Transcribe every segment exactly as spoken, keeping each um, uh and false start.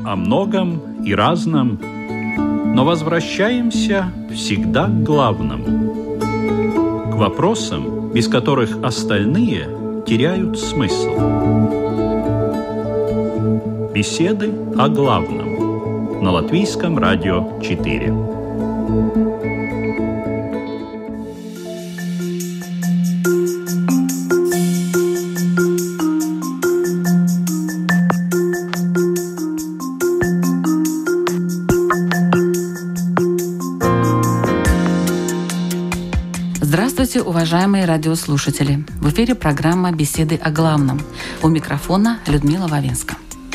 о многом и разном, но возвращаемся всегда к главному, к вопросам, без которых остальные теряют смысл. Беседы о главном на Латвийском радио четыре. Здравствуйте, уважаемые радиослушатели! В эфире программа «Беседы о главном». У микрофона Людмила Вавинска.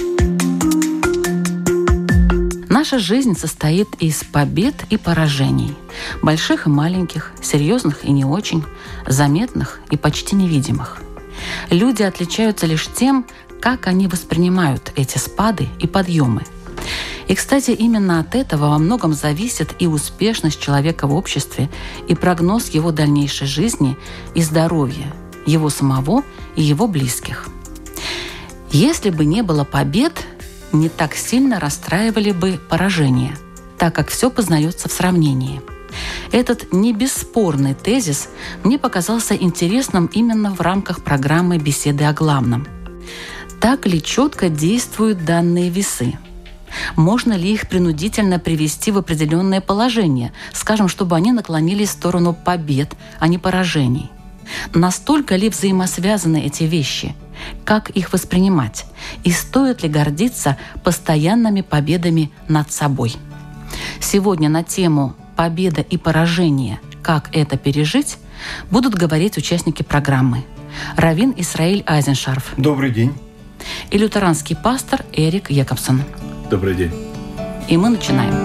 Наша жизнь состоит из побед и поражений. Больших и маленьких, серьезных и не очень, заметных и почти невидимых. Люди отличаются лишь тем, как они воспринимают эти спады и подъемы. И, кстати, именно от этого во многом зависит и успешность человека в обществе, и прогноз его дальнейшей жизни и здоровья, его самого и его близких. Если бы не было побед, не так сильно расстраивали бы поражения, так как все познается в сравнении. Этот не бесспорный тезис мне показался интересным именно в рамках программы «Беседы о главном». Так ли четко действуют данные весы? Можно ли их принудительно привести в определенное положение, скажем, чтобы они наклонились в сторону побед, а не поражений? Настолько ли взаимосвязаны эти вещи? Как их воспринимать? И стоит ли гордиться постоянными победами над собой? Сегодня на тему «Победа и поражение. Как это пережить?» будут говорить участники программы. Раввин Исраиль Айзеншарф. Добрый день. И лютеранский пастор Эрик Якобсон. Добрый день. И мы начинаем.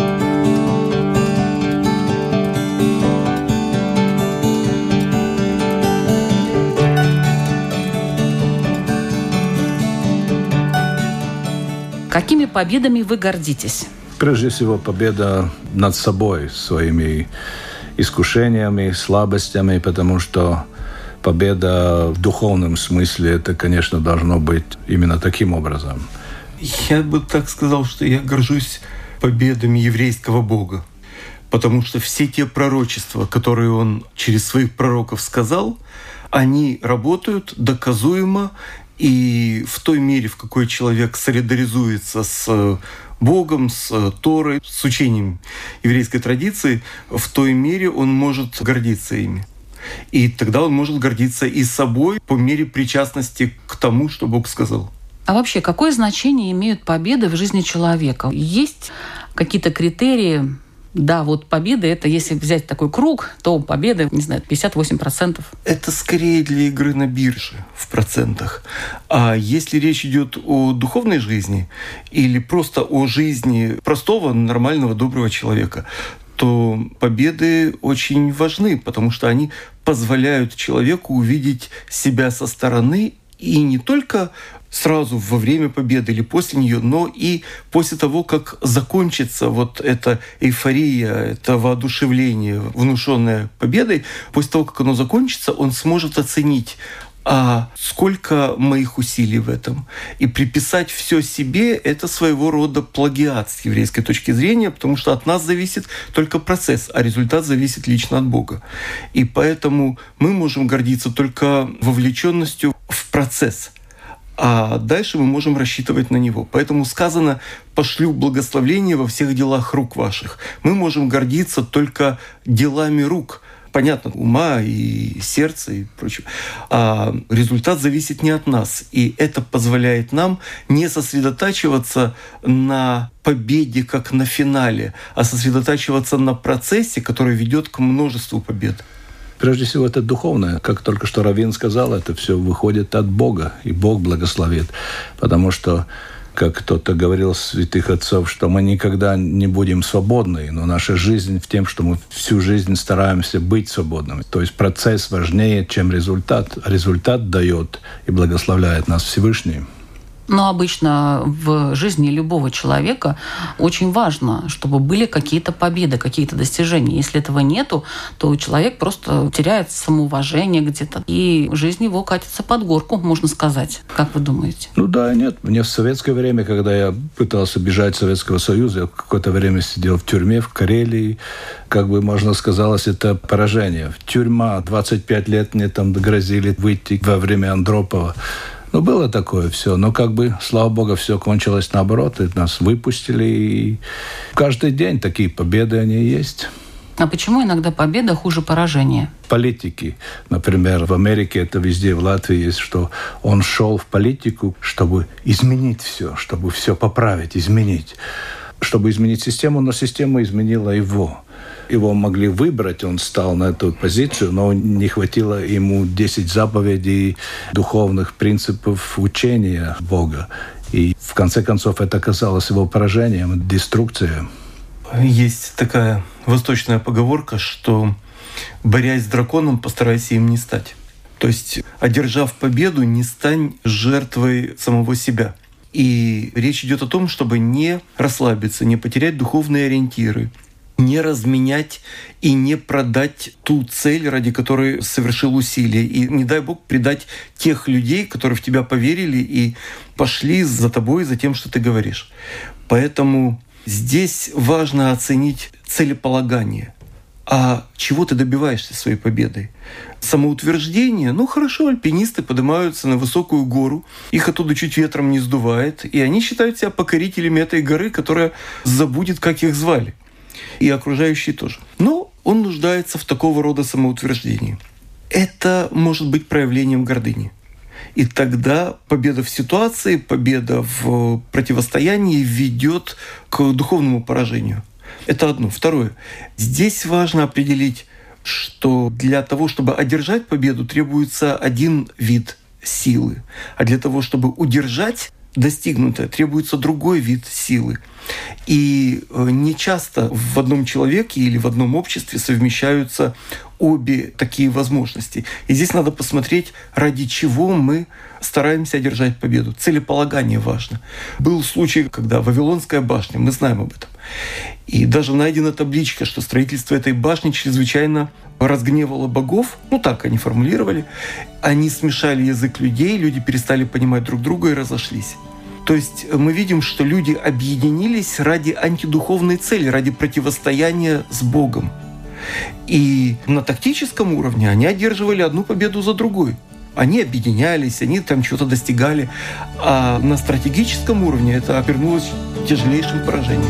Какими победами вы гордитесь? Прежде всего, победа над собой, своими искушениями, слабостями, потому что победа в духовном смысле, это, конечно, должно быть именно таким образом. Я бы так сказал, что я горжусь победами еврейского Бога, потому что все те пророчества, которые Он через своих пророков сказал, они работают доказуемо, и в той мере, в какой человек солидаризуется с Богом, с Торой, с учением еврейской традиции, в той мере он может гордиться ими. И тогда он может гордиться и собой по мере причастности к тому, что Бог сказал. А вообще, какое значение имеют победы в жизни человека? Есть какие-то критерии? Да, вот победа — это если взять такой круг, то победа, не знаю, пятьдесят восемь процентов. Это скорее для игры на бирже в процентах. А если речь идет о духовной жизни или просто о жизни простого, нормального, доброго человека, то победы очень важны, потому что они позволяют человеку увидеть себя со стороны, и не только сразу во время победы или после нее, но и после того, как закончится вот эта эйфория, это воодушевление, внушенное победой, после того, как оно закончится, он сможет оценить, а сколько моих усилий в этом. И приписать все себе — это своего рода плагиат с еврейской точки зрения, потому что от нас зависит только процесс, а результат зависит лично от Бога. И поэтому мы можем гордиться только вовлеченностью в процесс, а дальше мы можем рассчитывать на него. Поэтому сказано: «Пошлю благословение во всех делах рук ваших». Мы можем гордиться только делами рук, понятно, ума и сердца и прочее. А результат зависит не от нас. И это позволяет нам не сосредотачиваться на победе, как на финале, а сосредотачиваться на процессе, который ведет к множеству побед. Прежде всего, это духовное. Как только что Раввин сказал, это все выходит от Бога, и Бог благословит. Потому что, как кто-то говорил, святых отцов, что мы никогда не будем свободны, но наша жизнь в том, что мы всю жизнь стараемся быть свободными. То есть процесс важнее, чем результат. Результат дает и благословляет нас Всевышний. Но обычно в жизни любого человека очень важно, чтобы были какие-то победы, какие-то достижения. Если этого нету, то человек просто теряет самоуважение где-то, и жизнь его катится под горку, можно сказать. Как вы думаете? Ну да, нет. Мне в советское время, когда я пытался бежать из Советского Союза, я какое-то время сидел в тюрьме в Карелии. Как бы можно сказать, это поражение. Тюрьма, двадцать пять лет мне там грозили выйти во время Андропова. Ну, было такое все. Но как бы, слава богу, все кончилось наоборот. И нас выпустили. И каждый день такие победы, они есть. А почему иногда победа хуже поражения? Политики. Например, в Америке, это везде, в Латвии есть, что он шел в политику, чтобы изменить все, чтобы все поправить, изменить. Чтобы изменить систему, но система изменила его. Его могли выбрать, он стал на эту позицию, но не хватило ему десять заповедей, духовных принципов учения Бога. И в конце концов это оказалось его поражением, деструкцией. Есть такая восточная поговорка, что борясь с драконом, постарайся им не стать. То есть, одержав победу, не стань жертвой самого себя. И речь идет о том, чтобы не расслабиться, не потерять духовные ориентиры, не разменять и не продать ту цель, ради которой совершил усилия. И, не дай Бог, предать тех людей, которые в тебя поверили и пошли за тобой, за тем, что ты говоришь. Поэтому здесь важно оценить целеполагание. А чего ты добиваешься своей победой? Самоутверждение? Ну хорошо, альпинисты поднимаются на высокую гору, их оттуда чуть ветром не сдувает, и они считают себя покорителями этой горы, которая забудет, как их звали. И окружающие тоже. Но он нуждается в такого рода самоутверждении. Это может быть проявлением гордыни. И тогда победа в ситуации, победа в противостоянии ведет к духовному поражению. Это одно. Второе. Здесь важно определить, что для того, чтобы одержать победу, требуется один вид силы. А для того, чтобы удержать достигнутое, требуется другой вид силы. И не часто в одном человеке или в одном обществе совмещаются обе такие возможности. И здесь надо посмотреть, ради чего мы стараемся одержать победу. Целеполагание важно. Был случай, когда Вавилонская башня, мы знаем об этом, и даже найдена табличка, что строительство этой башни чрезвычайно разгневало богов. Ну так они формулировали. Они смешали язык людей, люди перестали понимать друг друга и разошлись. То есть мы видим, что люди объединились ради антидуховной цели, ради противостояния с Богом. И на тактическом уровне они одерживали одну победу за другой. Они объединялись, они там чего-то достигали. А на стратегическом уровне это обернулось тяжелейшим поражением.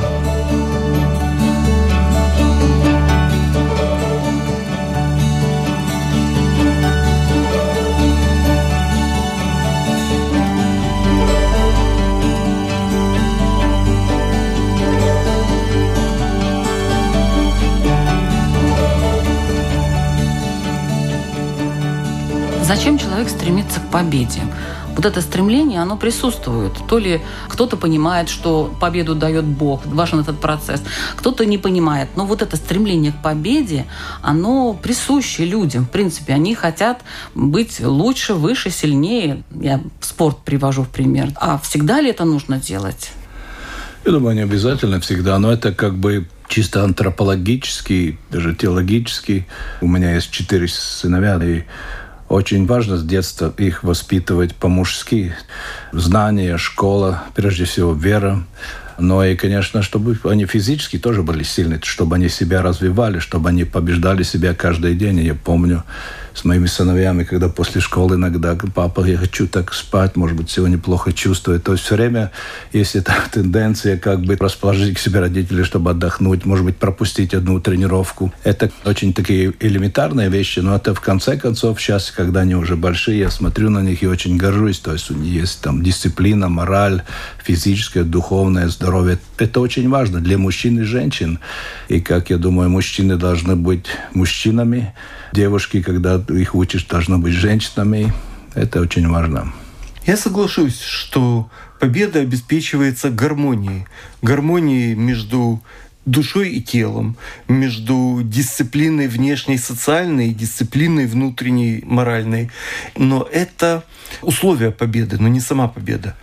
Зачем человек стремится к победе? Вот это стремление, оно присутствует. То ли кто-то понимает, что победу дает Бог, важен этот процесс, кто-то не понимает. Но вот это стремление к победе, оно присуще людям. В принципе, они хотят быть лучше, выше, сильнее. Я спорт привожу в пример. А всегда ли это нужно делать? Я думаю, не обязательно всегда, но это как бы чисто антропологически, даже теологически. У меня есть четыре сыновья, и очень важно с детства их воспитывать по-мужски. Знания, школа, прежде всего вера. Но и, конечно, чтобы они физически тоже были сильны, чтобы они себя развивали, чтобы они побеждали себя каждый день. И я помню с моими сыновьями, когда после школы иногда: папа, я хочу так спать, может быть, сегодня плохо чувствую. То есть все время есть эта тенденция как бы расположить к себе родителей, чтобы отдохнуть, может быть, пропустить одну тренировку. Это очень такие элементарные вещи, но это в конце концов сейчас, когда они уже большие, я смотрю на них и очень горжусь. То есть у них есть там дисциплина, мораль, физическое, духовное здоровье. Это очень важно для мужчин и женщин. И, как я думаю, мужчины должны быть мужчинами, девушки, когда их учишь, должны быть женщинами. Это очень важно. Я соглашусь, что победа обеспечивается гармонией. Гармонией между душой и телом, между дисциплиной внешней социальной и дисциплиной внутренней моральной. Но это условия победы, но не сама победа.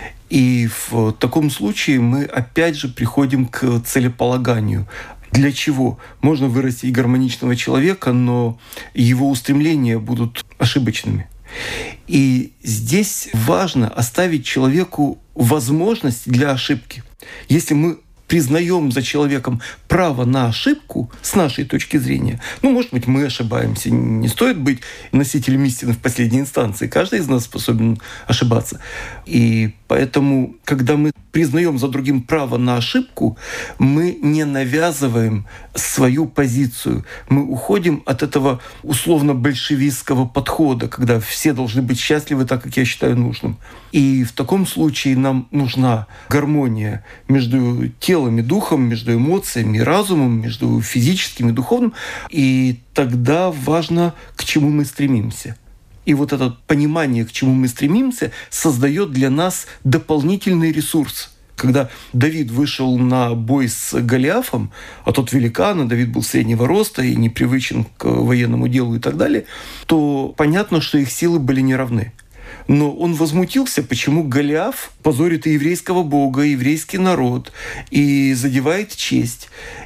И в таком случае мы опять же приходим к целеполаганию. Для чего? Можно вырастить гармоничного человека, но его устремления будут ошибочными. И здесь важно оставить человеку возможность для ошибки. Если мы признаем за человеком право на ошибку с нашей точки зрения, ну, может быть, мы ошибаемся. Не стоит быть носителем истины в последней инстанции. Каждый из нас способен ошибаться. И поэтому, когда мы признаем за другим право на ошибку, мы не навязываем свою позицию. Мы уходим от этого условно-большевистского подхода, когда все должны быть счастливы так, как я считаю нужным. И в таком случае нам нужна гармония между телом и духом, между эмоциями и разумом, между физическим и духовным. И тогда важно, к чему мы стремимся. И вот это понимание, к чему мы стремимся, создает для нас дополнительный ресурс. Когда Давид вышел на бой с Голиафом, а тот великан, а Давид был среднего роста и непривычен к военному делу и так далее, то понятно, что их силы были неравны. Но он возмутился, почему Голиаф позорит и еврейского бога, и еврейский народ, и задевает честь.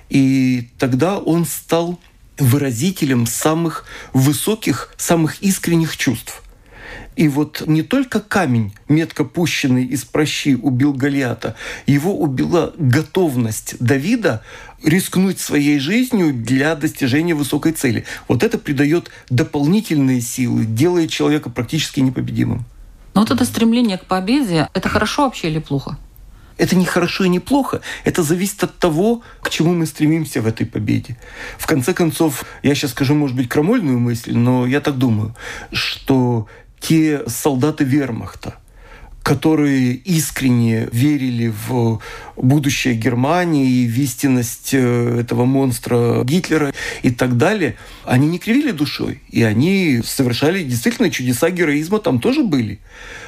И тогда он стал выразителем самых высоких, самых искренних чувств. И вот не только камень, метко пущенный из пращи, убил Голиата, его убила готовность Давида рискнуть своей жизнью для достижения высокой цели. Вот это придает дополнительные силы, делает человека практически непобедимым. Но вот это стремление к победе, это хорошо вообще или плохо? Это не хорошо и не плохо. Это зависит от того, к чему мы стремимся в этой победе. В конце концов, я сейчас скажу, может быть, крамольную мысль, но я так думаю, что те солдаты вермахта, которые искренне верили в будущее Германии, в истинность этого монстра Гитлера и так далее, они не кривили душой. И они совершали действительно чудеса героизма, там тоже были.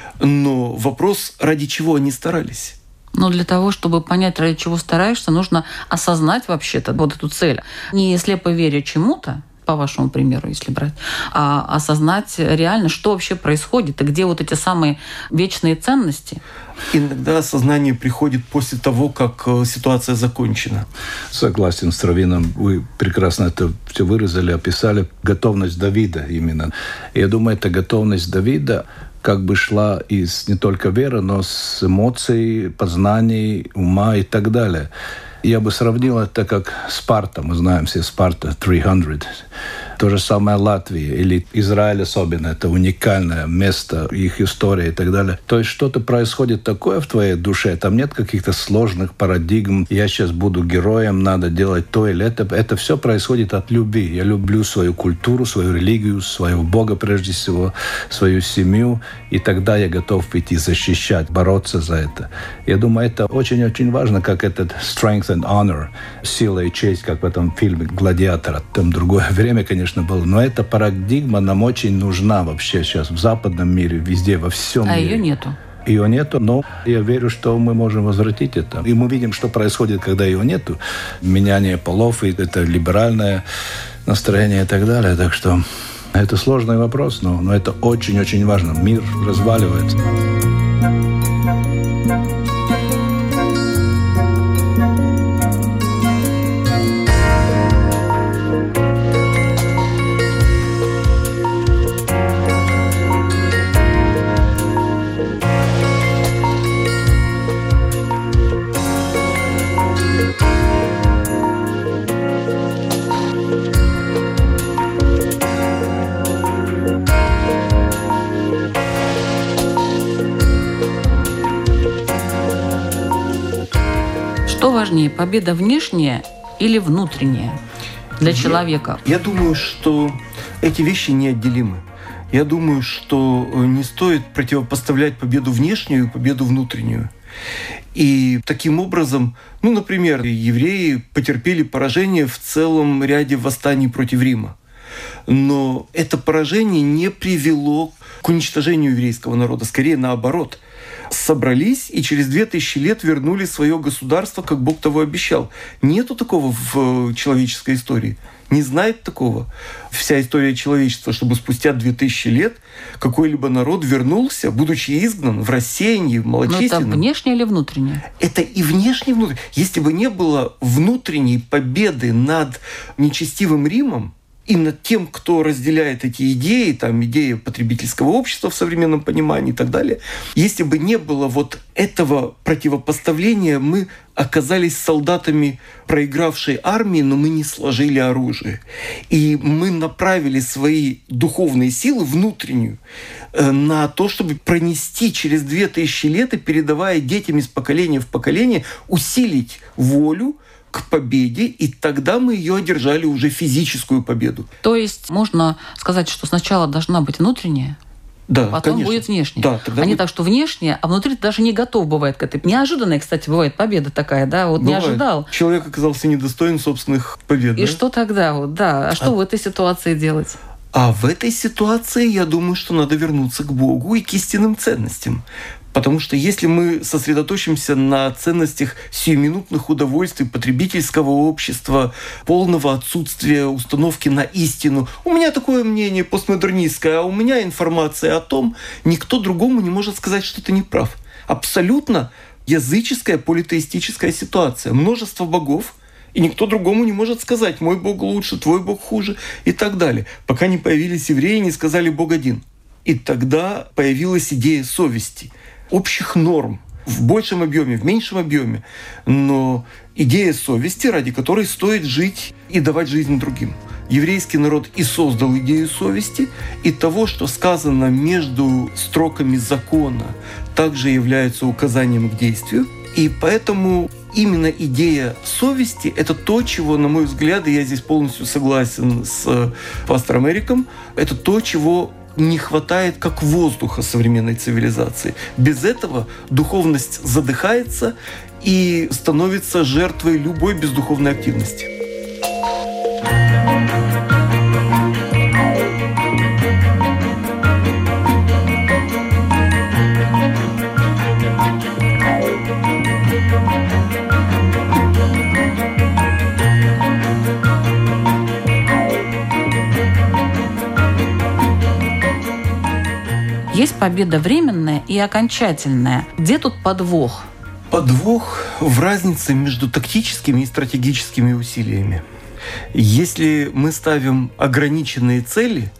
Но вопрос, ради чего они старались? Но для того, чтобы понять, ради чего стараешься, нужно осознать вообще-то вот эту цель. Не слепо веря чему-то, по вашему примеру, если брать, а осознать реально, что вообще происходит, и где вот эти самые вечные ценности. Иногда осознание приходит после того, как ситуация закончена. Согласен с Равином. Вы прекрасно это все выразили, описали. Готовность Давида именно. Я думаю, эта готовность Давида как бы шла из не только веры, но с эмоций, познаний, ума и так далее. Я бы сравнил это как Спарта. Мы знаем все Спарта триста. То же самое Латвия или Израиль особенно. Это уникальное место, их история и так далее. То есть что-то происходит такое в твоей душе. Там нет каких-то сложных парадигм. Я сейчас буду героем, надо делать то или это. Это все происходит от любви. Я люблю свою культуру, свою религию, своего Бога прежде всего, свою семью. И тогда я готов идти защищать, бороться за это. Я думаю, это очень-очень важно, как этот strength and honor, сила и честь, как в этом фильме «Гладиатор». Там другое время, конечно, было. Но эта парадигма нам очень нужна вообще сейчас в западном мире, везде, во всем а мире. А ее нету. Ее нету, но я верю, что мы можем возвратить это. И мы видим, что происходит, когда ее нету. Меняние полов, и это либеральное настроение и так далее. Так что это сложный вопрос, но, но это очень-очень важно. Мир разваливается. Что важнее, победа внешняя или внутренняя для человека? Я, я думаю, что эти вещи неотделимы. Я думаю, что не стоит противопоставлять победу внешнюю и победу внутреннюю. И таким образом, ну, например, евреи потерпели поражение в целом ряде восстаний против Рима. Но это поражение не привело к уничтожению еврейского народа, скорее наоборот. Собрались и через две тысячи лет вернули свое государство, как Бог того обещал. Нету такого в человеческой истории. Не знает такого вся история человечества, чтобы спустя две тысячи лет какой-либо народ вернулся, будучи изгнан в рассеянии, в малочисленном. Но это внешнее или внутреннее? Это и внешнее, и внутреннее. Если бы не было внутренней победы над нечестивым Римом, и над тем, кто разделяет эти идеи, там, идеи потребительского общества в современном понимании и так далее, если бы не было вот этого противопоставления, мы оказались солдатами проигравшей армии, но мы не сложили оружие. И мы направили свои духовные силы внутреннюю на то, чтобы пронести через две тысячи лет и, передавая детям из поколения в поколение, усилить волю к победе, и тогда мы ее одержали уже физическую победу. То есть можно сказать, что сначала должна быть внутренняя, да, потом конечно. будет внешняя. Да, тогда а не будет... так, что внешняя, а внутри ты даже не готов бывает к этой. Неожиданная, кстати, бывает победа такая, да, вот бывает. Не ожидал. Человек оказался недостоин собственных побед. И да? что тогда? Вот, да. А что а... в этой ситуации делать? А в этой ситуации, я думаю, что надо вернуться к Богу и к истинным ценностям. Потому что если мы сосредоточимся на ценностях сиюминутных удовольствий потребительского общества, полного отсутствия установки на истину, у меня такое мнение постмодернистское, а у меня информация о том, никто другому не может сказать, что ты не прав. Абсолютно языческая политеистическая ситуация. Множество богов, и никто другому не может сказать, мой Бог лучше, твой Бог хуже и так далее. Пока не появились евреи и не сказали Бог один. И тогда появилась идея совести, общих норм в большем объеме, в меньшем объеме, но идея совести, ради которой стоит жить и давать жизнь другим. Еврейский народ и создал идею совести, и того, что сказано между строками закона, также является указанием к действию. И поэтому именно идея совести – это то, чего, на мой взгляд, и я здесь полностью согласен с пастором Эриком, это то, чего не хватает как воздуха современной цивилизации. Без этого духовность задыхается и становится жертвой любой бездуховной активности. Есть победа временная и окончательная. Где тут подвох? Подвох в разнице между тактическими и стратегическими усилиями. Если мы ставим ограниченные цели,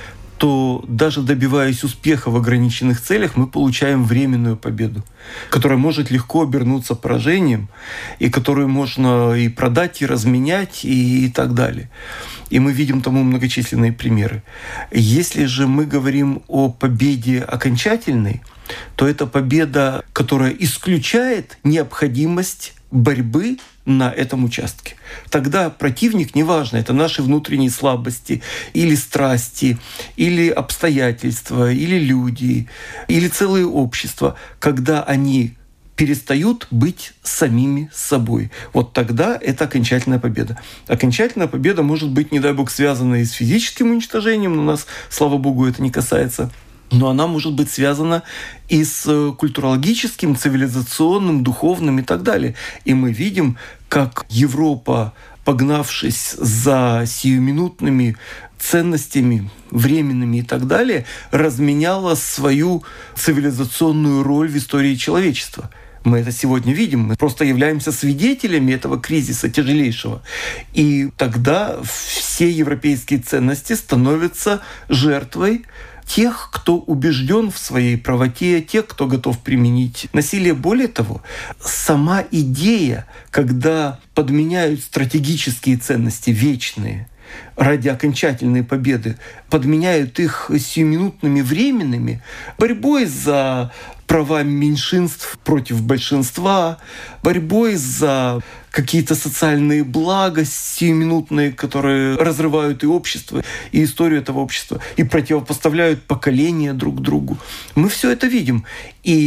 то даже добиваясь успеха в ограниченных целях, мы получаем временную победу, которая может легко обернуться поражением, и которую можно и продать, и разменять, и, и так далее. И мы видим тому многочисленные примеры. Если же мы говорим о победе окончательной, то это победа, которая исключает необходимость борьбы на этом участке. Тогда противник, неважно, это наши внутренние слабости, или страсти, или обстоятельства, или люди, или целые общества, когда они перестают быть самими собой. Вот тогда это окончательная победа. Окончательная победа может быть, не дай бог, связана и с физическим уничтожением, но нас, слава богу, это не касается. Но она может быть связана и с культурологическим, цивилизационным, духовным и так далее. И мы видим, как Европа, погнавшись за сиюминутными ценностями, временными и так далее, разменяла свою цивилизационную роль в истории человечества. Мы это сегодня видим, мы просто являемся свидетелями этого кризиса тяжелейшего. И тогда все европейские ценности становятся жертвой тех, кто убежден в своей правоте, тех, кто готов применить насилие. Более того, сама идея, когда подменяют стратегические ценности вечные ради окончательной победы, подменяют их сиюминутными временными, борьбой за права меньшинств против большинства, борьбой за какие-то социальные блага сиюминутные, которые разрывают и общество, и историю этого общества, и противопоставляют поколения друг другу. Мы все это видим. И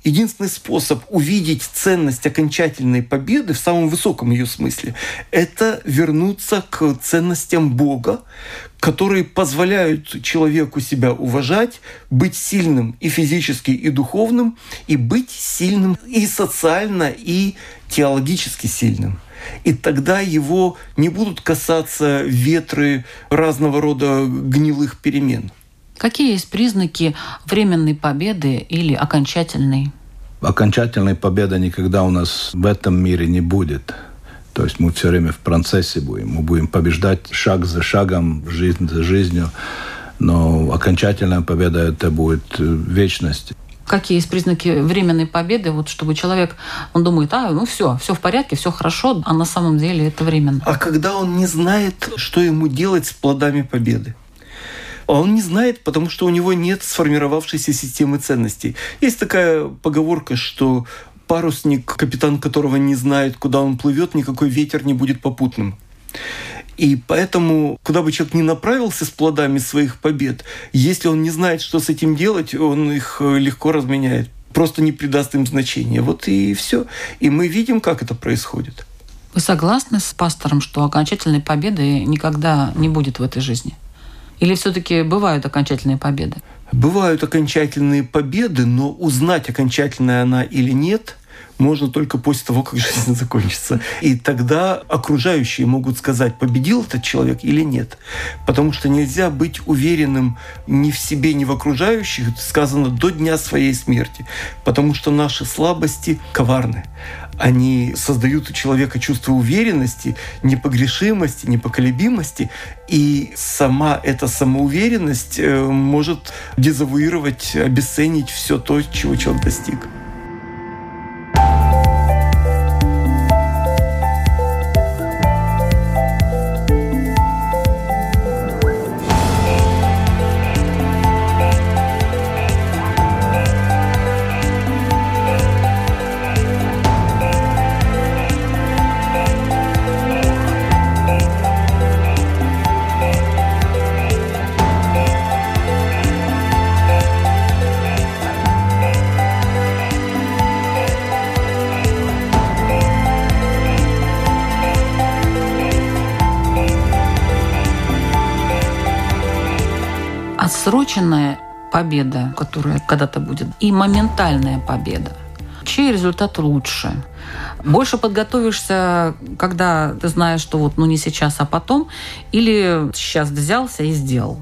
Единственный способ увидеть ценность окончательной победы в самом высоком ее смысле – это вернуться к ценностям Бога, которые позволяют человеку себя уважать, быть сильным и физически, и духовным, и быть сильным и социально, и теологически сильным. И тогда его не будут касаться ветры разного рода гнилых перемен. Какие есть признаки временной победы или окончательной? Окончательной победы никогда у нас в этом мире не будет. То есть мы все время в процессе будем. Мы будем побеждать шаг за шагом, жизнь за жизнью. Но окончательная победа – это будет вечность. Какие есть признаки временной победы, вот чтобы человек, он думает, а, ну все, все в порядке, все хорошо, а на самом деле это временно? А когда он не знает, что ему делать с плодами победы? Он не знает, потому что у него нет сформировавшейся системы ценностей. Есть такая поговорка, что парусник, капитан которого не знает, куда он плывет, никакой ветер не будет попутным. И поэтому, куда бы человек ни направился с плодами своих побед, если он не знает, что с этим делать, он их легко разменяет, просто не придаст им значения. Вот и все. И мы видим, как это происходит. Вы согласны с пастором, что окончательной победы никогда не будет в этой жизни? Или все-таки бывают окончательные победы? Бывают окончательные победы, но узнать, окончательная она или нет, можно только после того, как жизнь закончится. И тогда окружающие могут сказать, победил этот человек или нет. Потому что нельзя быть уверенным ни в себе, ни в окружающих, сказано, до дня своей смерти. Потому что наши слабости коварны. Они создают у человека чувство уверенности, непогрешимости, непоколебимости. И сама эта самоуверенность может дезавуировать, обесценить все то, чего человек достиг. Отсроченная победа, которая когда-то будет, и моментальная победа. Чей результат лучше? Больше подготовишься, когда ты знаешь, что вот ну не сейчас, а потом, или сейчас взялся и сделал?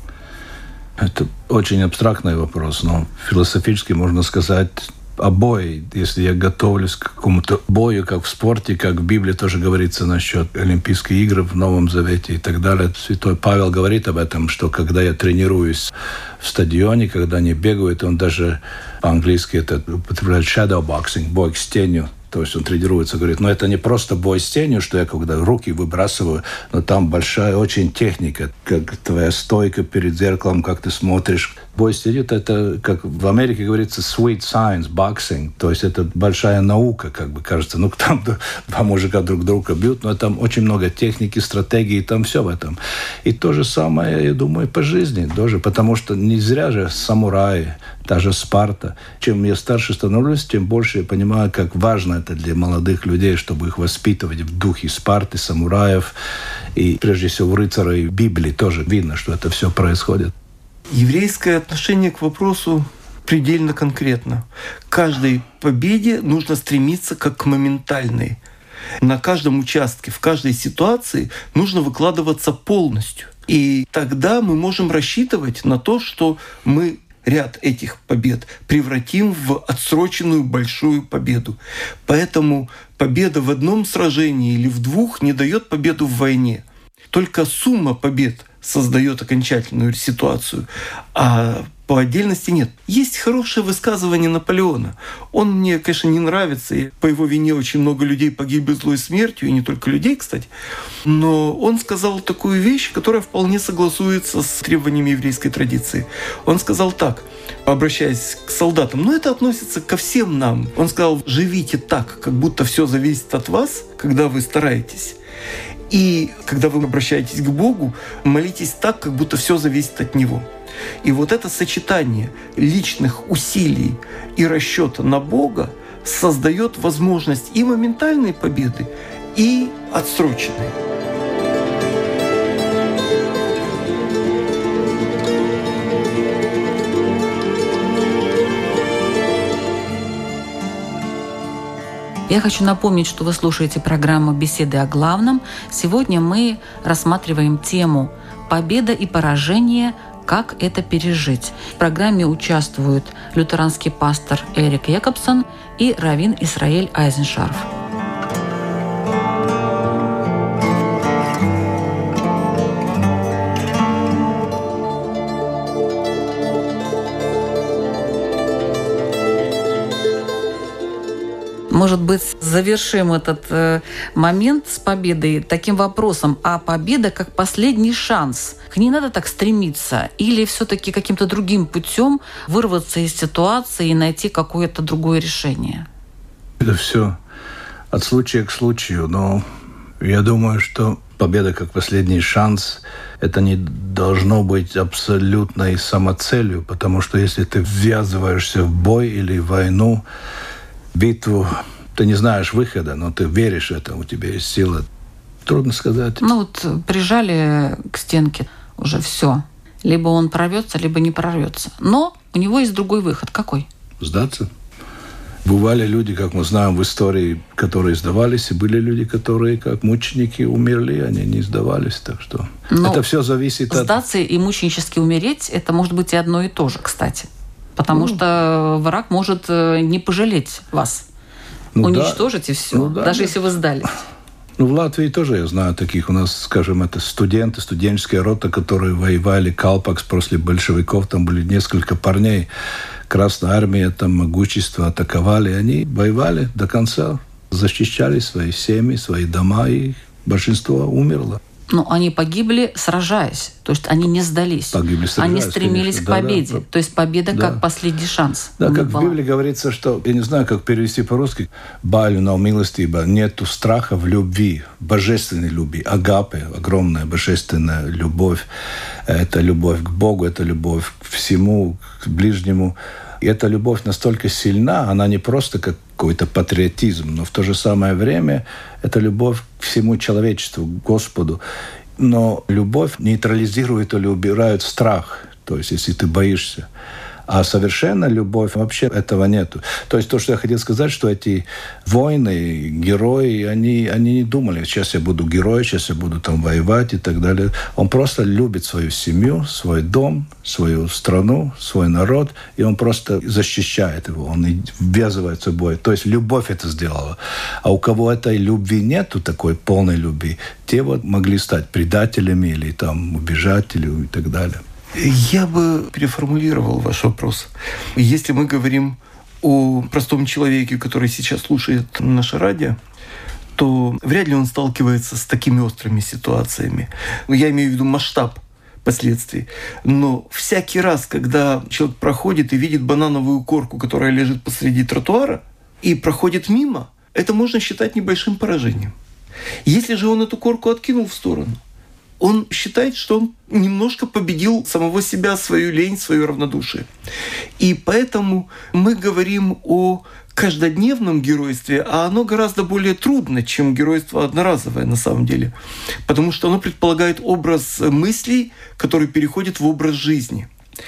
Это очень абстрактный вопрос, но философически можно сказать обои. Если я готовлюсь к какому-то бою, как в спорте, как в Библии тоже говорится насчет Олимпийских игр в Новом Завете и так далее. Святой Павел говорит об этом, что когда я тренируюсь в стадионе, когда они бегают, он даже по-английски это употребляет shadow boxing, бой с тенью. То есть он тренируется, говорит, но это не просто бой с тенью, что я когда руки выбрасываю, но там большая очень техника, как твоя стойка перед зеркалом, как ты смотришь. Бой с тенью – это, как в Америке говорится, sweet science, boxing. То есть это большая наука, как бы кажется. Ну, там два мужика друг друга бьют, но там очень много техники, стратегии, там все в этом. И то же самое, я думаю, по жизни тоже, потому что не зря же самураи, даже Спарта. Чем я старше становлюсь, тем больше я понимаю, как важно это для молодых людей, чтобы их воспитывать в духе Спарты, самураев. И прежде всего в рыцарей Библии тоже видно, что это все происходит. Еврейское отношение к вопросу предельно конкретно. К каждой победе нужно стремиться как к моментальной. На каждом участке, в каждой ситуации нужно выкладываться полностью. И тогда мы можем рассчитывать на то, что мы ряд этих побед превратим в отсроченную большую победу. Поэтому победа в одном сражении или в двух не дает победу в войне. Только сумма побед создает окончательную ситуацию, а по отдельности нет. Есть хорошее высказывание Наполеона. Он мне, конечно, не нравится, и по его вине очень много людей погибли злой смертью, и не только людей, кстати. Но он сказал такую вещь, которая вполне согласуется с требованиями еврейской традиции. Он сказал так, обращаясь к солдатам, но это относится ко всем нам. Он сказал, живите так, как будто все зависит от вас, когда вы стараетесь. И когда вы обращаетесь к Богу, молитесь так, как будто все зависит от Него. И вот это сочетание личных усилий и расчета на Бога создает возможность и моментальной победы, и отсроченной. Я хочу напомнить, что вы слушаете программу «Беседы о главном». Сегодня мы рассматриваем тему «Победа и поражение. Как это пережить?». В программе участвуют лютеранский пастор Эрик Якобсон и раввин Исраэль Айзеншарф. Может быть, завершим этот э, момент с победой таким вопросом: а победа как последний шанс? К ней надо так стремиться? Или все-таки каким-то другим путем вырваться из ситуации и найти какое-то другое решение? Это все от случая к случаю. Но я думаю, что победа как последний шанс – это не должно быть абсолютной самоцелью, потому что если ты ввязываешься в бой или в войну, битву, ты не знаешь выхода, но ты веришь в это, у тебя есть сила. Трудно сказать. Ну вот прижали к стенке, уже все. Либо он прорвется, либо не прорвется. Но у него есть другой выход. Какой? Сдаться. Бывали люди, как мы знаем в истории, которые сдавались, и были люди, которые как мученики умерли, они не сдавались. Так что но это все зависит от... Сдаться и мученически умереть – это может быть и одно и то же, кстати. Потому ну, что враг может не пожалеть вас. Ну, уничтожить да, и все, ну, да, даже да. если вы сдались. Ну, в Латвии тоже я знаю таких. У нас, скажем, это студенты, студенческая рота, которые воевали Калпакс после большевиков. Там были несколько парней. Красная армия, там могущество атаковали. Они воевали до конца, защищали свои семьи, свои дома, и большинство умерло. Ну, они погибли, сражаясь. То есть они не сдались. Погибли, сражаясь, они стремились конечно. к победе. Да, да. То есть победа да. как последний шанс. Да, как была. В Библии говорится, что, я не знаю, как перевести по-русски, «Балю на милостиба», нету страха в любви, божественной любви, агапе, огромная божественная любовь. Это любовь к Богу, это любовь к всему, к ближнему. И эта любовь настолько сильна, она не просто как какой-то патриотизм, но в то же самое время это любовь к всему человечеству, к Господу. Но любовь нейтрализирует или убирает страх, то есть если ты боишься. А совершенно любовь, вообще этого нету. То есть то, что я хотел сказать, что эти воины, герои, они, они не думали, сейчас я буду героем, сейчас я буду там воевать и так далее. Он просто любит свою семью, свой дом, свою страну, свой народ, и он просто защищает его, он ввязывается в бой. То есть любовь это сделала. А у кого этой любви нету, такой полной любви, те вот могли стать предателями или там убежателями и так далее. Я бы переформулировал ваш вопрос. Если мы говорим о простом человеке, который сейчас слушает наше радио, то вряд ли он сталкивается с такими острыми ситуациями. Я имею в виду масштаб последствий. Но всякий раз, когда человек проходит и видит банановую корку, которая лежит посреди тротуара, и проходит мимо, это можно считать небольшим поражением. Если же он эту корку откинул в сторону, он считает, что он немножко победил самого себя, свою лень, свое равнодушие. И поэтому мы говорим о каждодневном геройстве, а оно гораздо более трудно, чем геройство одноразовое на самом деле. Потому что оно предполагает образ мыслей, который переходит в образ жизни.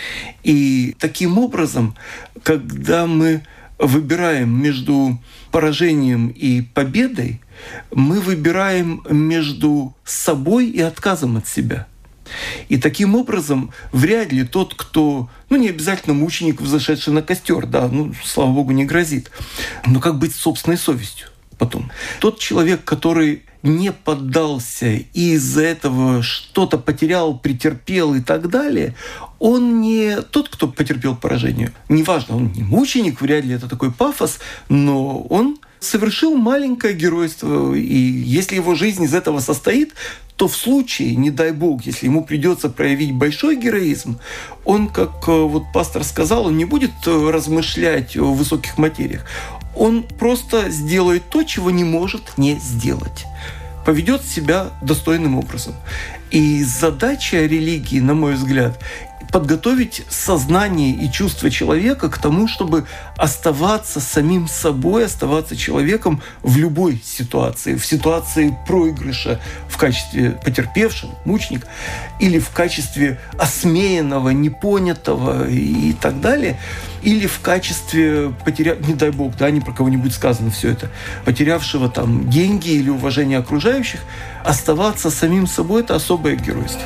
И таким образом, когда мы выбираем между поражением и победой, мы выбираем между собой и отказом от себя. И таким образом вряд ли тот, кто, ну не обязательно мученик, взошедший на костер, да, ну слава богу, не грозит, но как быть с собственной совестью потом? Тот человек, который не поддался и из-за этого что-то потерял, претерпел и так далее, он не тот, кто потерпел поражение. Неважно, он не мученик, вряд ли это такой пафос, но он совершил маленькое геройство, и если его жизнь из этого состоит, то в случае, не дай бог, если ему придется проявить большой героизм, он, как вот пастор сказал, он не будет размышлять о высоких материях. Он просто сделает то, чего не может не сделать. Поведет себя достойным образом. И задача религии, на мой взгляд, подготовить сознание и чувство человека к тому, чтобы оставаться самим собой, оставаться человеком в любой ситуации. В ситуации проигрыша в качестве потерпевшего, мученика, или в качестве осмеянного, непонятого и так далее, или в качестве потеря... не дай бог, да, ни про кого-нибудь сказано все это, потерявшего там деньги или уважение окружающих, оставаться самим собой – это особое геройство.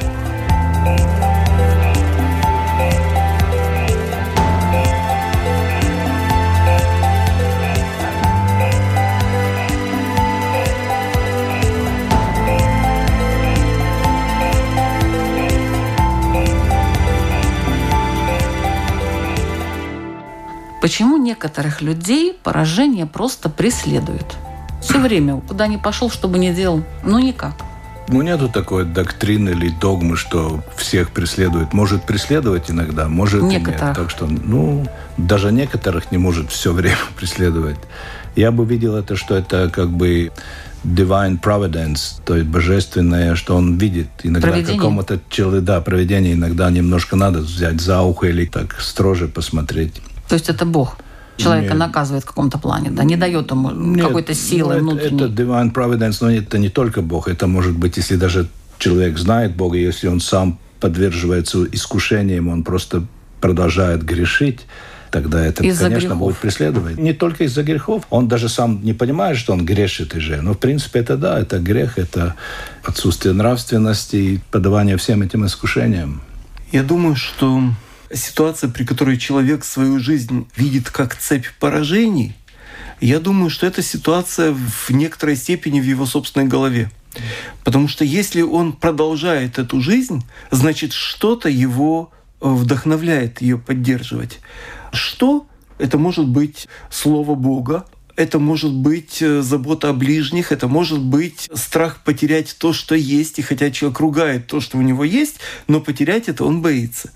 Почему некоторых людей поражение просто преследует? Все время, куда ни пошел, что бы ни делал, ну никак. Ну, нету такой доктрины или догмы, что всех преследует. Может преследовать иногда, может некоторых. И нет. Так что, ну, даже некоторых не может все время преследовать. Я бы видел это, что это как бы divine providence, то есть божественное, что он видит. Иногда провидение. Какому-то человеку, да, провидение иногда немножко надо взять за ухо или так строже посмотреть. То есть это Бог человека Нет. наказывает в каком-то плане, да, не дает ему Нет, какой-то силы ну, внутренней. Это, это divine providence, но это не только Бог. Это может быть, если даже человек знает Бога, если он сам подверживается искушениям, он просто продолжает грешить, тогда это, из-за конечно, грехов. будет преследовать. Не только из-за грехов. Он даже сам не понимает, что он грешит уже. Но, в принципе, это да, это грех, это отсутствие нравственности и подавание всем этим искушениям. Я думаю, что ситуация, при которой человек свою жизнь видит как цепь поражений, я думаю, что эта ситуация в некоторой степени в его собственной голове. Потому что если он продолжает эту жизнь, значит, что-то его вдохновляет ее поддерживать. Что? Это может быть Слово Бога, это может быть забота о ближних, это может быть страх потерять то, что есть. И хотя человек ругает то, что у него есть, но потерять это он боится.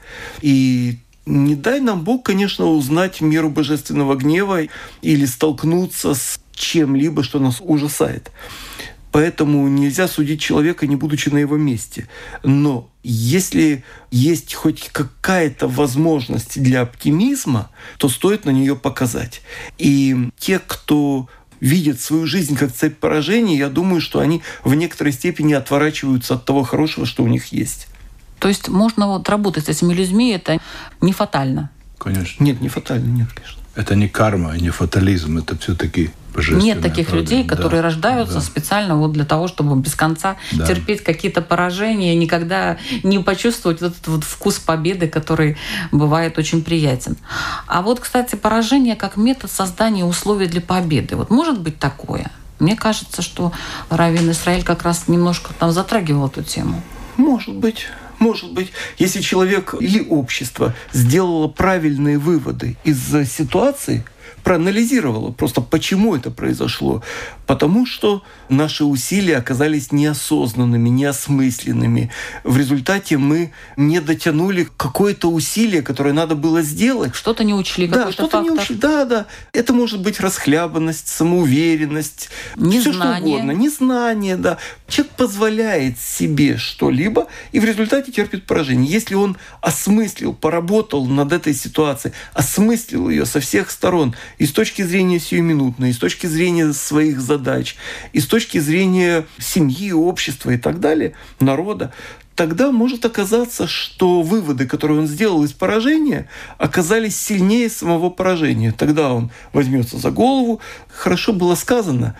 И не дай нам Бог, конечно, узнать меру божественного гнева или столкнуться с чем-либо, что нас ужасает. Поэтому нельзя судить человека, не будучи на его месте. Но если есть хоть какая-то возможность для оптимизма, то стоит на нее показать. И те, кто видят свою жизнь как цепь поражений, я думаю, что они в некоторой степени отворачиваются от того хорошего, что у них есть. То есть можно вот работать с этими людьми, это не фатально? Конечно. Нет, не фатально, нет, конечно. Это не карма, не фатализм, это все-таки божественное. Нет таких правда. людей, которые да, рождаются да. специально вот для того, чтобы без конца да. терпеть какие-то поражения, никогда не почувствовать вот этот вот вкус победы, который бывает очень приятен. А вот, кстати, поражение как метод создания условий для победы. Вот может быть такое? Мне кажется, что раввин Исраэль как раз немножко там затрагивал эту тему. Может быть. Может быть, если человек или общество сделало правильные выводы из ситуации, проанализировало просто, почему это произошло. Потому что наши усилия оказались неосознанными, неосмысленными. В результате мы не дотянули какое-то усилие, которое надо было сделать. Что-то не учли, да, какой-то что-то фактор. Не учли. Да, да. Это может быть расхлябанность, самоуверенность, все что угодно. Незнание, да. Человек позволяет себе что-либо и в результате терпит поражение. Если он осмыслил, поработал над этой ситуацией, осмыслил ее со всех сторон, и с точки зрения сиюминутной, и с точки зрения своих задач, и с точки зрения семьи, общества и так далее, народа, тогда может оказаться, что выводы, которые он сделал из поражения, оказались сильнее самого поражения. Тогда он возьмется за голову. Хорошо было сказано,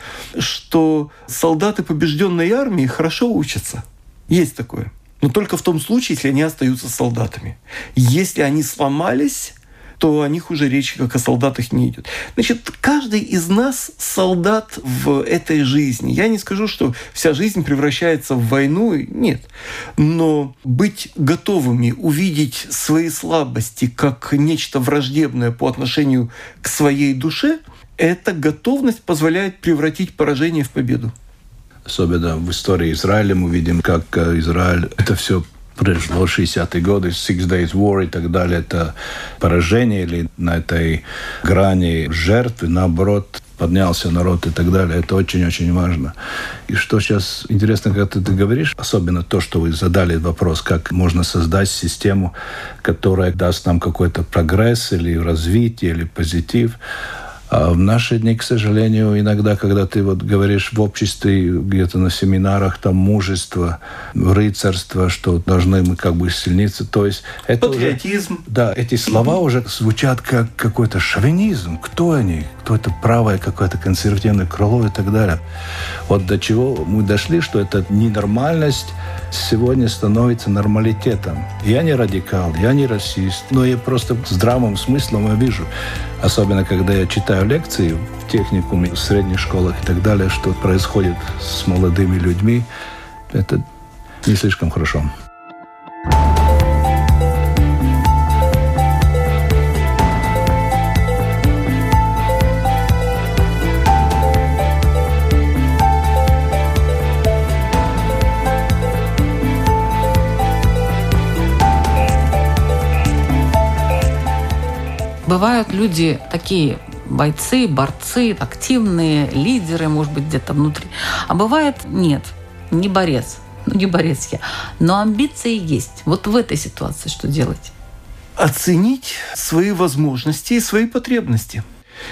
что солдаты побежденной армии хорошо учатся. Есть такое. Но только в том случае, если они остаются солдатами. Если они сломались, то о них уже речи как о солдатах не идет. Значит, каждый из нас солдат в этой жизни. Я не скажу, что вся жизнь превращается в войну. Нет. Но быть готовыми увидеть свои слабости как нечто враждебное по отношению к своей душе, эта готовность позволяет превратить поражение в победу. Особенно в истории Израиля мы видим, как Израиль это все произошло шестидесятые годы, Six Days War и так далее, это поражение или на этой грани жертвы, наоборот, поднялся народ и так далее. Это очень-очень важно. И что сейчас интересно, когда ты, ты говоришь, особенно то, что вы задали вопрос, как можно создать систему, которая даст нам какой-то прогресс или развитие, или позитив. А в наши дни, к сожалению, иногда, когда ты вот говоришь в обществе, где-то на семинарах, там мужество, рыцарство, что должны мы как бы сильниться, то есть это патриотизм. Уже, да, эти слова уже звучат как какой-то шовинизм. Кто они? Кто это правое какое-то консервативное крыло и так далее. Вот до чего мы дошли, что эта ненормальность сегодня становится нормалитетом. Я не радикал, я не расист, но я просто здравым смыслом я вижу. Особенно, когда я читаю лекции в техникуме, в средних школах и так далее, что происходит с молодыми людьми, это не слишком хорошо. Бывают люди такие бойцы, борцы, активные, лидеры, может быть, где-то внутри. А бывает нет, не борец. Ну, не борец я. Но амбиции есть. Вот в этой ситуации что делать? Оценить свои возможности и свои потребности.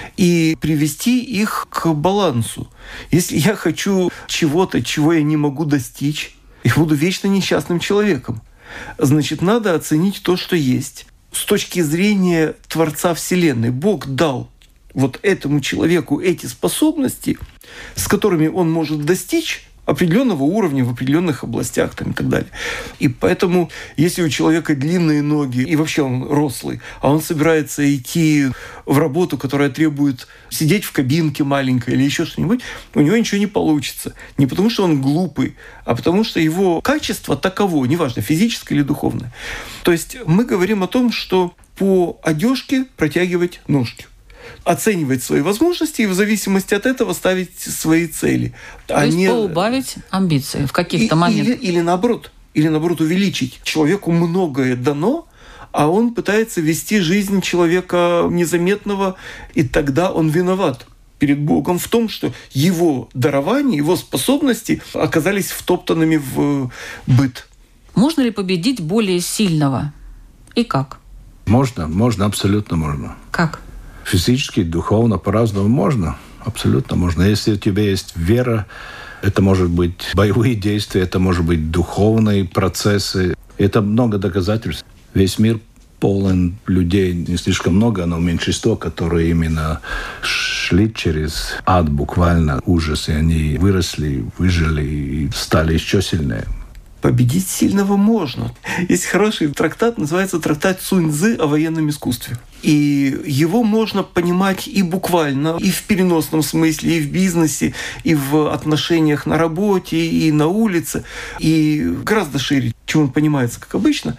И привести их к балансу. Если я хочу чего-то, чего я не могу достичь, я буду вечно несчастным человеком. Значит, надо оценить то, что есть. С точки зрения Творца Вселенной, Бог дал вот этому человеку эти способности, с которыми он может достичь определенного уровня в определенных областях там, и так далее. И поэтому, если у человека длинные ноги, и вообще он рослый, а он собирается идти в работу, которая требует сидеть в кабинке маленькой или еще что-нибудь, у него ничего не получится. Не потому, что он глупый, а потому, что его качество таково, неважно, физическое или духовное. То есть мы говорим о том, что по одежке протягивать ножки. Оценивать свои возможности и в зависимости от этого ставить свои цели. То а есть не... поубавить амбиции в каких-то и, моментах. Или, или наоборот, или наоборот увеличить. Человеку многое дано, а он пытается вести жизнь человека незаметного, и тогда он виноват перед Богом в том, что его дарования, его способности оказались втоптанными в быт. Можно ли победить более сильного? И как? Можно, можно, абсолютно можно. Как? Физически, духовно, по-разному можно. Абсолютно можно. Если у тебя есть вера, это может быть боевые действия, это может быть духовные процессы. Это много доказательств. Весь мир полон людей, не слишком много, но меньшинство, которые именно шли через ад, буквально ужас, и они выросли, выжили и стали еще сильнее. Победить сильного можно. Есть хороший трактат, называется трактат Сунь-Цзы о военном искусстве. И его можно понимать и буквально, и в переносном смысле, и в бизнесе, и в отношениях на работе, и на улице, и гораздо шире, чем он понимается, как обычно.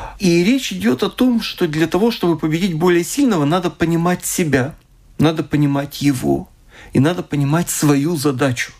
И речь идет о том, что для того, чтобы победить более сильного, надо понимать себя, надо понимать его, и надо понимать свою задачу.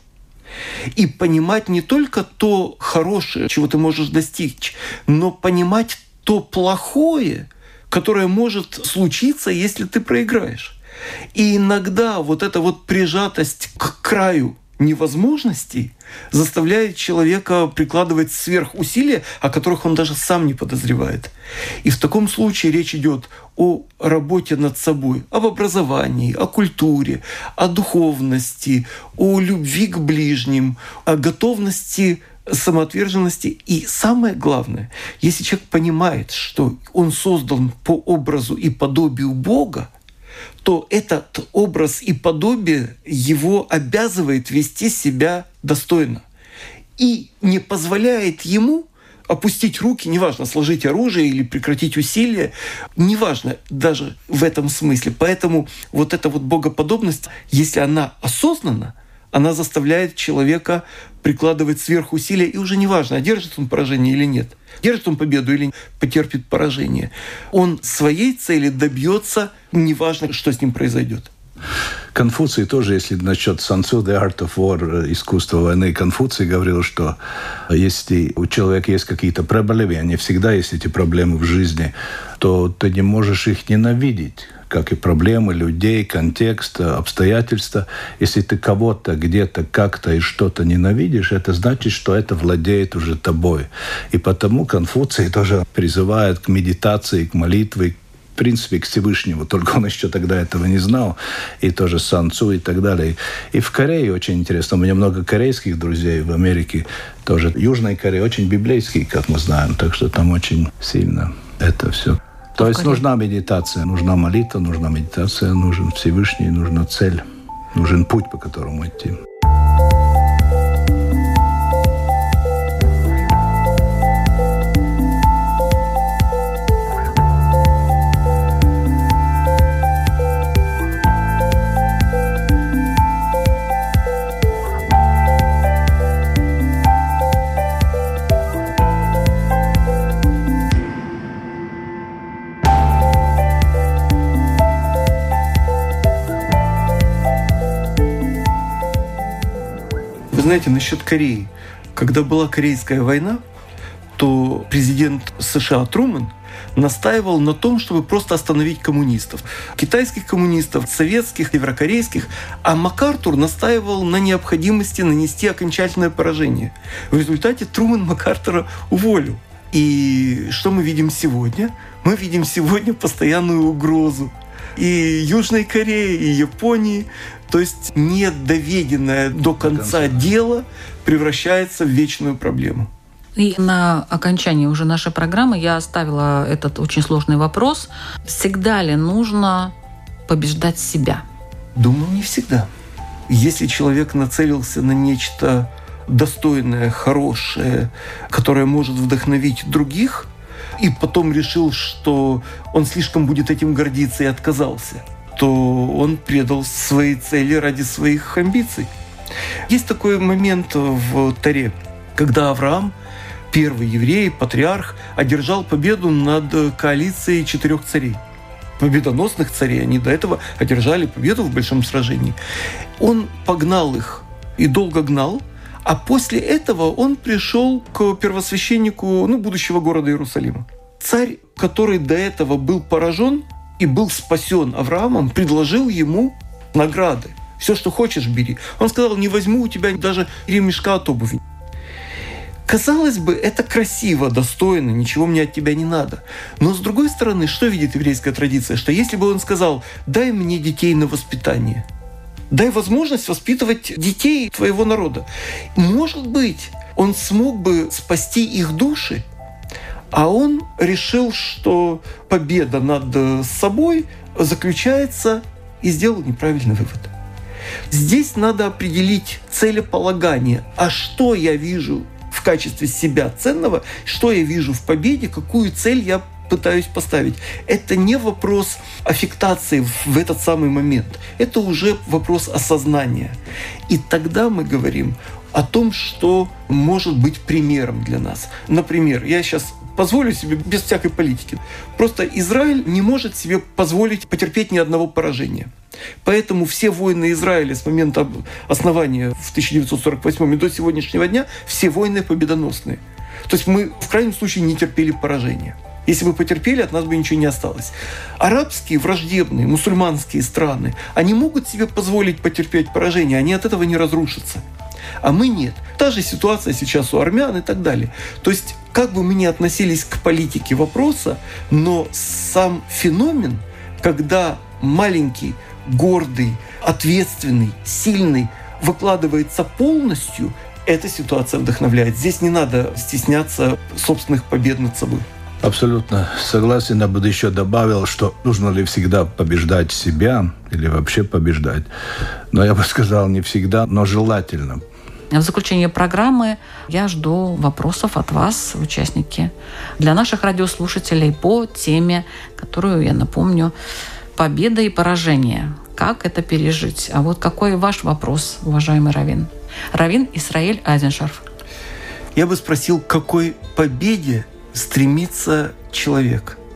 И понимать не только то хорошее, чего ты можешь достичь, но понимать то плохое, которое может случиться, если ты проиграешь. И иногда вот эта вот прижатость к краю невозможностей заставляет человека прикладывать сверхусилия, о которых он даже сам не подозревает. И в таком случае речь идет о работе над собой, об образовании, о культуре, о духовности, о любви к ближним, о готовности, самоотверженности. И самое главное, если человек понимает, что он создан по образу и подобию Бога, то этот образ и подобие его обязывает вести себя достойно и не позволяет ему опустить руки, неважно, сложить оружие или прекратить усилия, неважно даже в этом смысле. Поэтому вот эта вот богоподобность, если она осознанна, она заставляет человека прикладывать сверхусилия, и уже неважно, одержит он поражение или нет, держит он победу или потерпит поражение. Он своей цели добьется, неважно, что с ним произойдет. Конфуций тоже, если насчет Sun Tzu, The Art of War, искусство войны, Конфуций говорил, что если у человека есть какие-то проблемы, они всегда есть эти проблемы в жизни, то ты не можешь их ненавидеть, как и проблемы людей, контекст, обстоятельства. Если ты кого-то где-то как-то и что-то ненавидишь, это значит, что это владеет уже тобой. И потому Конфуций тоже призывает к медитации, к молитве, в принципе, к Всевышнему. Только он еще тогда этого не знал. И тоже Сан Цу и так далее. И в Корее очень интересно. У меня много корейских друзей в Америке. Тоже Южной Корее очень библейский, как мы знаем. Так что там очень сильно это все. То есть нужна медитация, нужна молитва, нужна медитация, нужен Всевышний, нужна цель, нужен путь, по которому идти. Вы знаете, насчет Кореи. Когда была Корейская война, то президент США Трумэн настаивал на том, чтобы просто остановить коммунистов. Китайских коммунистов, советских, еврокорейских. А МакАртур настаивал на необходимости нанести окончательное поражение. В результате Трумэн МакАртура уволил. И что мы видим сегодня? Мы видим сегодня постоянную угрозу и Южной Кореи, и Японии. То есть недоведенное до конца дело превращается в вечную проблему. И на окончании уже нашей программы я оставила этот очень сложный вопрос. Всегда ли нужно побеждать себя? Думаю, не всегда. Если человек нацелился на нечто достойное, хорошее, которое может вдохновить других, и потом решил, что он слишком будет этим гордиться и отказался, то он предал свои цели ради своих амбиций. Есть такой момент в Торе, когда Авраам, первый еврей, патриарх, одержал победу над коалицией четырех царей. Победоносных царей. Они до этого одержали победу в большом сражении. Он погнал их и долго гнал, а после этого он пришел к первосвященнику, ну, будущего города Иерусалима. Царь, который до этого был поражен и был спасен Авраамом, предложил ему награды. Все, что хочешь, бери. Он сказал: не возьму у тебя даже ремешка от обуви. Казалось бы, это красиво, достойно, ничего мне от тебя не надо. Но с другой стороны, что видит еврейская традиция? Что если бы он сказал: дай мне детей на воспитание, дай возможность воспитывать детей твоего народа, может быть, он смог бы спасти их души. А он решил, что победа над собой заключается, и сделал неправильный вывод. Здесь надо определить целеполагание. А что я вижу в качестве себя ценного, что я вижу в победе, какую цель я пытаюсь поставить. Это не вопрос аффектации в этот самый момент. Это уже вопрос осознания. И тогда мы говорим о том, что может быть примером для нас. Например, я сейчас позволю себе без всякой политики. Просто Израиль не может себе позволить потерпеть ни одного поражения. Поэтому все войны Израиля с момента основания в тысяча девятьсот сорок восьмом и до сегодняшнего дня, все войны победоносные. То есть мы в крайнем случае не терпели поражения. Если бы потерпели, от нас бы ничего не осталось. Арабские, враждебные, мусульманские страны, они могут себе позволить потерпеть поражение, они от этого не разрушатся. А мы нет. Та же ситуация сейчас у армян и так далее. То есть, как бы мы ни относились к политике вопроса, но сам феномен, когда маленький, гордый, ответственный, сильный выкладывается полностью, эта ситуация вдохновляет. Здесь не надо стесняться собственных побед над собой. Абсолютно согласен. Я бы еще добавил, что нужно ли всегда побеждать себя или вообще побеждать. Но я бы сказал, не всегда, но желательно. В заключение программы я жду вопросов от вас, участники, для наших радиослушателей по теме, которую я напомню, победа и поражение. Как это пережить? А вот какой ваш вопрос, уважаемый раввин? Раввин Исраэль Айзеншарф. Я бы спросил, к какой победе стремится человек?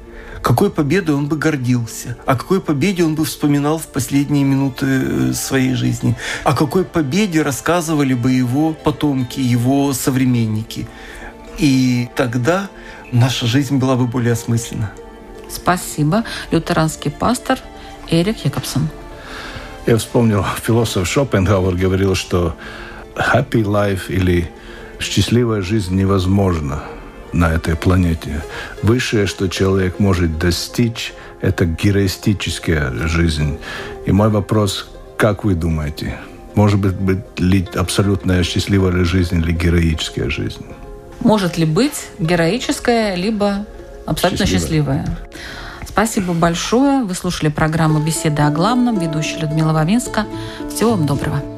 какой победой он бы гордился, о какой победе он бы вспоминал в последние минуты своей жизни, о какой победе рассказывали бы его потомки, его современники. И тогда наша жизнь была бы более осмысленна. Спасибо. Лютеранский пастор Эрик Якобсон. Я вспомнил, философ Шопенгауэр говорил, что happy life или счастливая жизнь невозможна на этой планете. Высшее, что человек может достичь, это героистическая жизнь. И мой вопрос, как вы думаете, может быть ли абсолютная счастливая жизнь или героическая жизнь? Может ли быть героическая, либо абсолютно счастливая? счастливая? Спасибо большое. Вы слушали программу «Беседы о главном». Ведущая Людмила Вавинска. Всего вам доброго.